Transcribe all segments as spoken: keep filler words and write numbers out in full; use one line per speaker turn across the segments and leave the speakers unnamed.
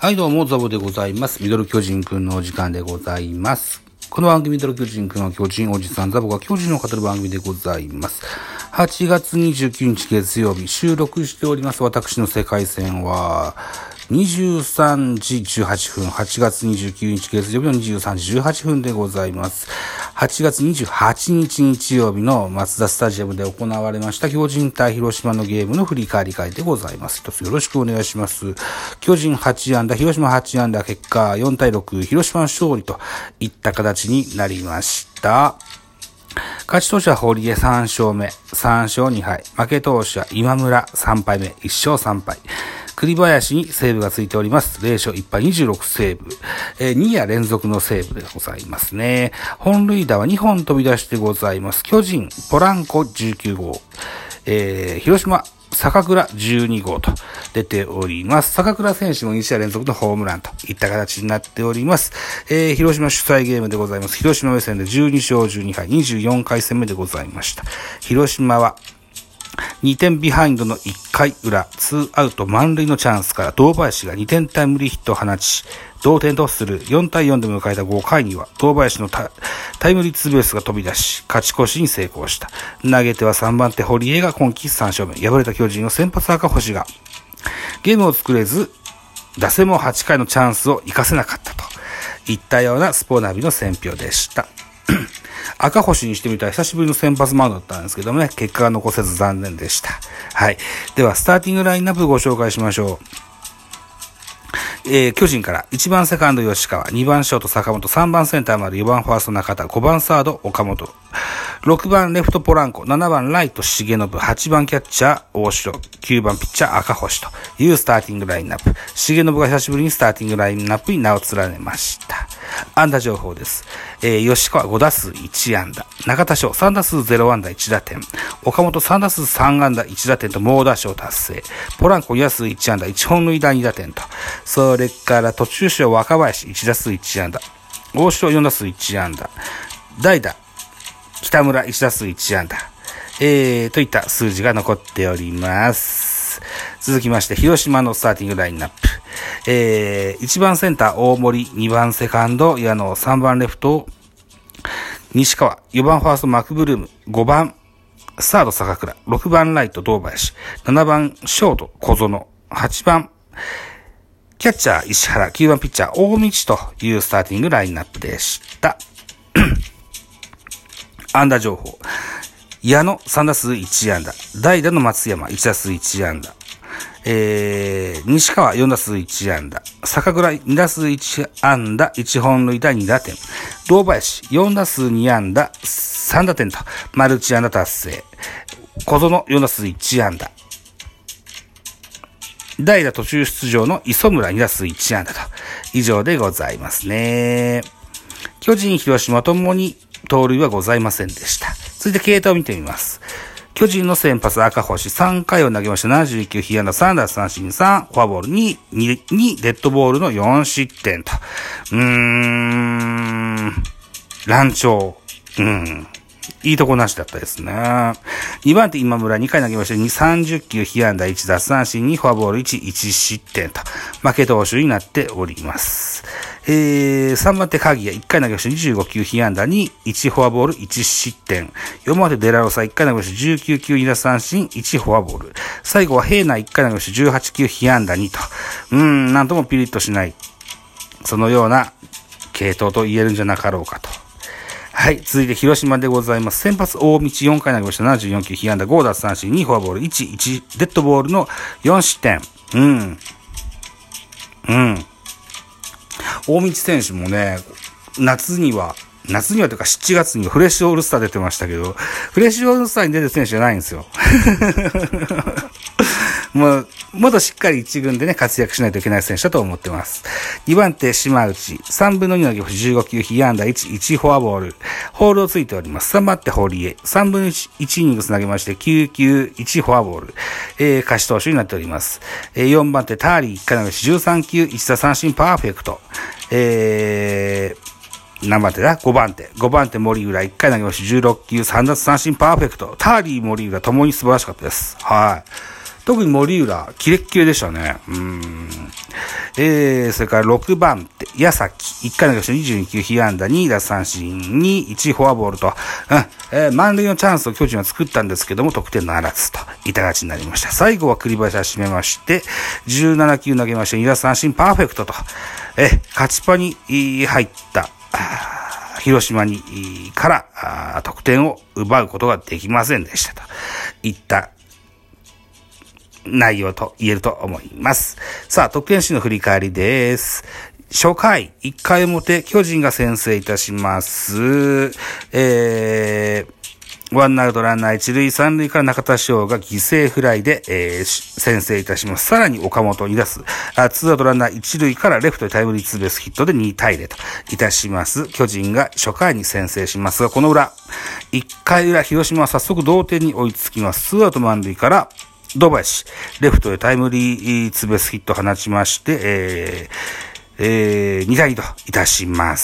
はい、どうも、ザボでございます。ミドル巨人くんのお時間でございます。この番組、ミドル巨人くんの巨人おじさん、ザボが巨人を語る番組でございます。はちがつにじゅうくにち月曜日、収録しております。私の世界線は、にじゅうさんじじゅうはっぷん、はちがつにじゅうくにち月曜日のにじゅうさんじじゅうはっぷんでございます。はちがつにじゅうはちにち日曜日のマツダスタジアムで行われました巨人対広島のゲームの振り返り会でございます。一つよろしくお願いします。巨人はちあんだ、広島はちあんだ、結果よんたいろく、広島勝利といった形になりました。勝ち投手は堀江さんしょうめ、さんしょうにはい。負け投手は今村さんぱいめ、いっしょうさんぱい。栗林にセーブがついております。ぜろしょういっぱいにじゅうろくセーブ。えー、にや連続のセーブでございますね。本塁打はにほん飛び出してございます。巨人、ポランコじゅうきゅうごう。えー、広島、坂倉じゅうにごうと出ております。坂倉選手もにしあい連続のホームランといった形になっております。えー、広島主催ゲームでございます。広島目線でじゅうにしょうじゅうにはい、にじゅうよんかいせんめでございました。広島はにてんビハインドのいっかい裏、ツーアウト満塁のチャンスから堂林がにてんタイムリーヒットを放ち、同点とするよんたいよんで迎えたごかいには堂林の タ, タイムリーツーベースが飛び出し、勝ち越しに成功した。投げてはさんばんて堀江が今季さんしょうめ、敗れた巨人の先発赤星がゲームを作れず、打線もはちかいのチャンスを生かせなかったといったようなスポナビの選評でした。赤星にしてみたら久しぶりの先発マウンドだったんですけどもね、結果が残せず残念でした。はい。では、スターティングラインナップご紹介しましょう。えー、巨人からいちばんセカンド吉川、にばんショート坂本、さんばんセンター丸、よばんファースト中田、ごばんサード岡本、ろくばんレフトポランコ、ななばんライト重信、はちばんキャッチャー大城、きゅうばんピッチャー赤星というスターティングラインナップ。重信が久しぶりにスターティングラインナップに名を連ねました。安打情報です。えー、吉川ごだすういちあんだ、中田翔さんだすうゼロあんだいちだてん、岡本さんだすうさんあんだいちだてんと猛打賞達成。ポランコにだすういちあんだいちほん塁打にだてんと、それから途中出場若林いちだすういちあんだ、大城よんだすういちあんだ、代打北村いちだすういちあんだ、えー、といった数字が残っております。続きまして広島のスターティングラインナップ。えー、いちばんセンター大森、にばんセカンド矢野、さんばんレフト西川、よばんファーストマクブルーム、ごばんサード坂倉、ろくばんライト堂林、ななばんショート小園、はちばんキャッチャー石原、きゅうばんピッチャー大道というスターティングラインナップでした。安打情報。矢野さんだすういちあんだ、代打の松山いちだすういちあんだ、えー、西川よんだすういちあんだ、坂倉にだすういちあんだいちほん塁打にだてん、堂林よんだすうにあんださんだてんとマルチ安打達成。小園よんだすういちあんだ、代打途中出場の磯村にだすういちあんだと以上でございますね。巨人広島ともに盗塁はございませんでした。続いて継投を見てみます。巨人の先発赤星さんかいを投げました。ななじゅういっきゅう被安打さんだすさんしんさん、フォアボールに、に、にデッドボールのよんしってんと。うーん、乱調。うん。いいとこなしだったですね。にばん手今村にかい投げました。さんじゅっきゅう被安打いちだすさんしんにフォアボールいち、いちしってんと負け投手になっております。えー、さんばん手鍵谷いっかい投げました。にじゅうごきゅう被安打に、いちフォアボールいちしってん。よんばん手デラロサいっかい投げました。じゅうきゅうきゅうにだすさんしんいちフォアボール。最後は平内いっかい投げました。じゅうはちきゅう被安打にと。うーん、なんともピリッとしない。そのような系統と言えるんじゃなかろうかと。はい。続いて広島でございます。先発大道よんかい投げました。ななじゅうよんきゅう被安打ごだすさんしんにフォアボールいち、いちデッドボールのよんしってん。うん。うん。大道選手もね、夏には、夏にはというかしちがつにはフレッシュオールスター出てましたけど、フレッシュオールスターに出てる選手じゃないんですよ。もう、もっとしっかり一軍でね、活躍しないといけない選手だと思ってます。にばん手島内、さんぶんのに投げじゅうごきゅう被安打いち、いちフォアボール、ホールをついております。さんばん手堀江、さんぶんのいちイニングス投げましてきゅうきゅう、いちフォアボール、えー、勝ち投手になっております。えー、よんばん手ターリーいっかい投げじゅうさんきゅう、いちださんしんパーフェクト、えー、何番手だ ?ご 番手。ごばん手森浦いっかい投げましてじゅうろっきゅう、さんだすさんしんパーフェクト。ターリー森浦ともに素晴らしかったです。はい。特に森浦、キレッキレでしたね。うーん。 えー、それからろくばん手、矢崎。いっかいの投げにじゅうにきゅう、被安打に奪三振に、いちフォアボールと、うんえー、満塁のチャンスを巨人は作ったんですけども、得点ならずと、いった形になりました。最後は栗林が締めまして、じゅうななきゅう投げまして、に奪三振パーフェクトと、えー、勝ちパに入った、広島にから得点を奪うことができませんでしたといった内容と言えると思います。さあ、得点シーンの振り返りです。初回、いっかい表、巨人が先制いたします。えー、ワンアウトランナー一塁三塁から中田翔が犠牲フライで、えー、先制いたします。さらに岡本に出す。あ、ツーアウトランナー一塁からレフトでタイムリーツーベースヒットでにたいゼロといたします。巨人が初回に先制しますが、この裏、いっかい裏、広島は早速同点に追いつきます。ツーアウト満塁から、堂林、レフトでタイムリーツーベースヒットを放ちまして、えー、えー、にたいにといたします。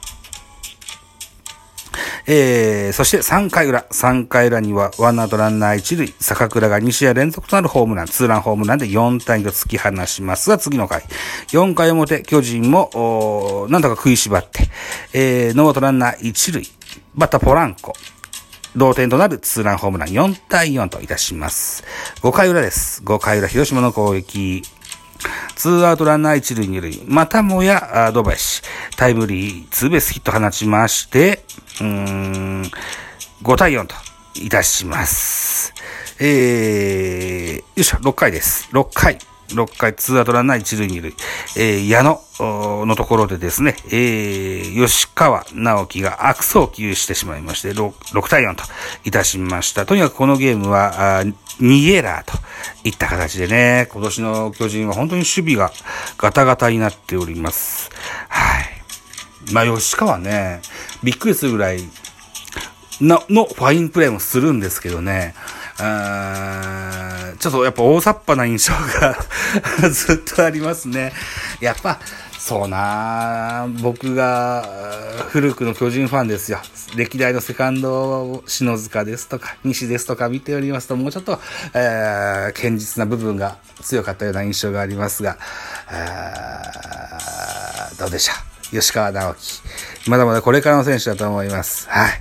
えー、そしてさんかい裏、さんかい裏にはワンアウトランナー一塁、坂倉がに試合連続となるホームラン、ツーランホームランでよんたいにと突き放しますが、次の回、よんかい表、巨人も、なんとか食いしばって、えー、ノーアウトランナー一塁、バッターポランコ、同点となるツーランホームランよんたいよんといたします。ごかい裏です。ごかい裏、広島の攻撃。ツーアウトランナー一塁二塁。またもや、堂林。タイムリー、ツーベースヒット放ちまして、うーん、ごたいよんといたします。えー、よいしょ、ろっかいです。ろっかい。ろっかい、ツーアウトランナー一塁二塁。えー、矢野のところでですね、えー、吉川直樹が悪送球してしまいまして、6, 6対よんといたしました。とにかくこのゲームは、にエラーといった形でね、今年の巨人は本当に守備がガタガタになっております。はい。まあ、吉川ね、びっくりするぐらいの、のファインプレーもするんですけどね、あちょっとやっぱ大雑把な印象がずっとありますね。やっぱそうな僕が古くの巨人ファンですよ。歴代のセカンド篠塚ですとか西ですとか見ておりますと、もうちょっと、えー、堅実な部分が強かったような印象がありますが、どうでしょう。吉川直樹まだまだこれからの選手だと思います。はい、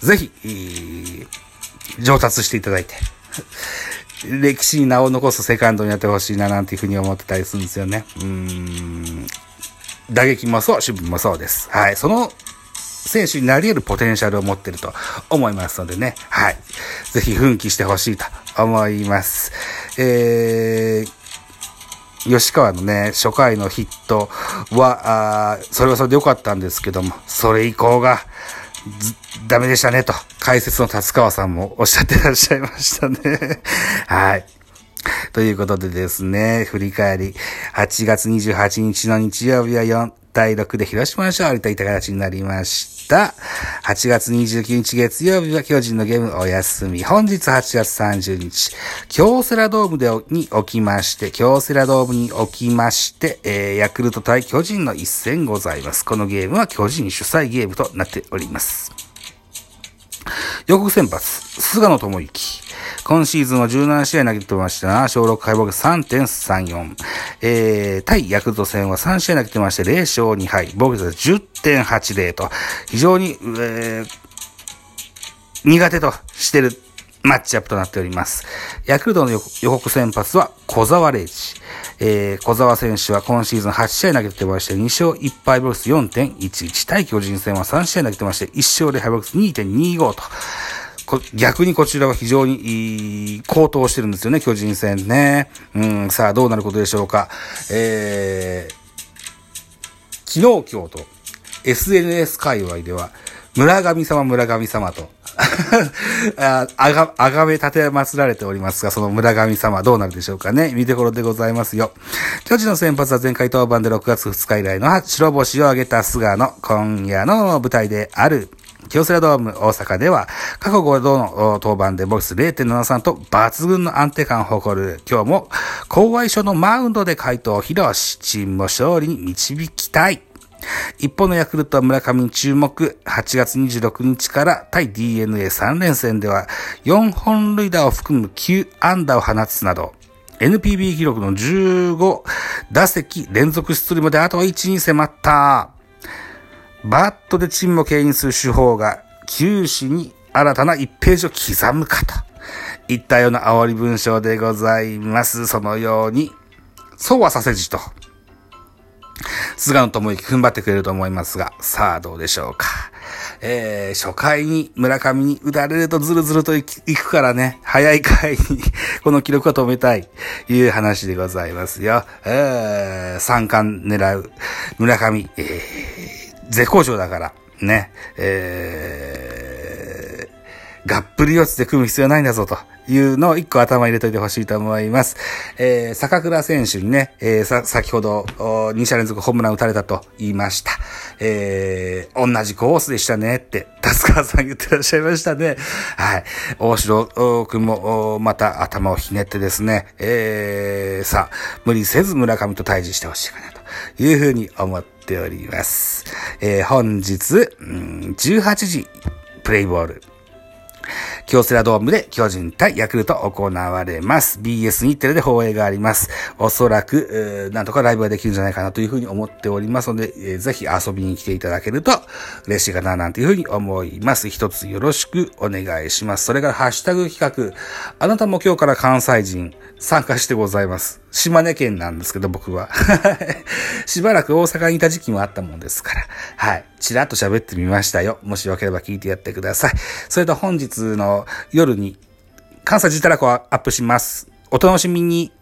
ぜひ上達していただいて歴史に名を残すセカンドになってほしいななんていうふうに思ってたりするんですよね。うーん打撃もそう、守備もそうです。はい、その選手になり得るポテンシャルを持っていると思いますのでね、はい、ぜひ奮起してほしいと思います。えー、吉川のね初回のヒットはあそれはそれで良かったんですけども、それ以降がダメでしたねと解説の達川さんもおっしゃってらっしゃいましたね。はい。ということでですね、振り返りはちがつにじゅうはちにちの日曜日はよんたいろくで広島の勝利といった形になりました。はちがつにじゅうくにち月曜日は巨人のゲームお休み。本日はちがつさんじゅうにち、京セラドームでに起きまして、京セラドームに起きまして、えー、ヤクルト対巨人の一戦ございます。このゲームは巨人主催ゲームとなっております。予告先発、菅野智之。今シーズンはじゅうななしあい投げてましたななしょうろくはい防御 さんてんさんよん。えー、対ヤクルト戦はさんしあい投げてましてぜろしょうにはい。防御率 じゅってんはちぜろ と、非常に、えー、苦手としているマッチアップとなっております。ヤクルトの予告先発は小沢礼二。えー、小沢選手は今シーズンはちしあい投げてましてにしょういっぱい防御率 よんてんいちいち。対巨人戦はさんしあい投げてましていっしょうぜろはい防御率 にてんにご と。逆にこちらは非常に高騰してるんですよね、巨人戦ね。うん、さあどうなることでしょうか。えー、昨日今日と エスエヌエス 界隈では村神様村神様とあが、あがめ立て祀られておりますが、その村神様どうなるでしょうかね。見どころでございますよ。巨人の先発は前回登板でろくがつふつか以来の白星を挙げた菅野。今夜の舞台である京セラドーム大阪では過去ごどの登板で防御率 れいてんななさん と抜群の安定感を誇る今日も高矮所のマウンドで快投を披露しチームを勝利に導きたい。一方のヤクルトは村上に注目。はちがつにじゅうろくにちから対 ディーエヌエーさんれんせんではよんほんるいだを含むきゅうあんだを放つなど エヌピービー 記録のじゅうご打席連続出塁まであといちに迫った。バットでチームを牽引する手法が球史に新たないちページを刻むかといったような煽り文章でございます。そのように、そうはさせじと、菅野智之踏ん張ってくれると思いますが、さあどうでしょうか。えー、初回に村上に打たれるとズルズルといくからね、早い回にこの記録を止めたいという話でございますよ。えー、三冠狙う村上、えー、絶好調だからね、えー、がっぷり四つで組む必要ないんだぞというのを一個頭入れといてほしいと思います。えー、坂倉選手にね、えー、さ、先ほどに者連続ホームラン打たれたと言いました。えー、同じコースでしたねって、達川さん言ってらっしゃいましたね。はい。大城くんもまた頭をひねってですね、えー、さあ、無理せず村上と対峙してほしいかなというふうに思っております。えー、本日、うん、じゅうはちじ、プレイボール。京セラドームで巨人対ヤクルト行われます。ビーエス 日テレで放映があります。おそらく、なんとかライブができるんじゃないかなというふうに思っておりますので、えー、ぜひ遊びに来ていただけると嬉しいかななんていうふうに思います。一つよろしくお願いします。それからハッシュタグ企画。あなたも今日から関西人参加してございます。島根県なんですけど僕は。しばらく大阪にいた時期もあったもんですから。はい。ちらっと喋ってみましたよ。もしよければ聞いてやってください。それと本日の夜に関西自たらこをアップします。お楽しみに。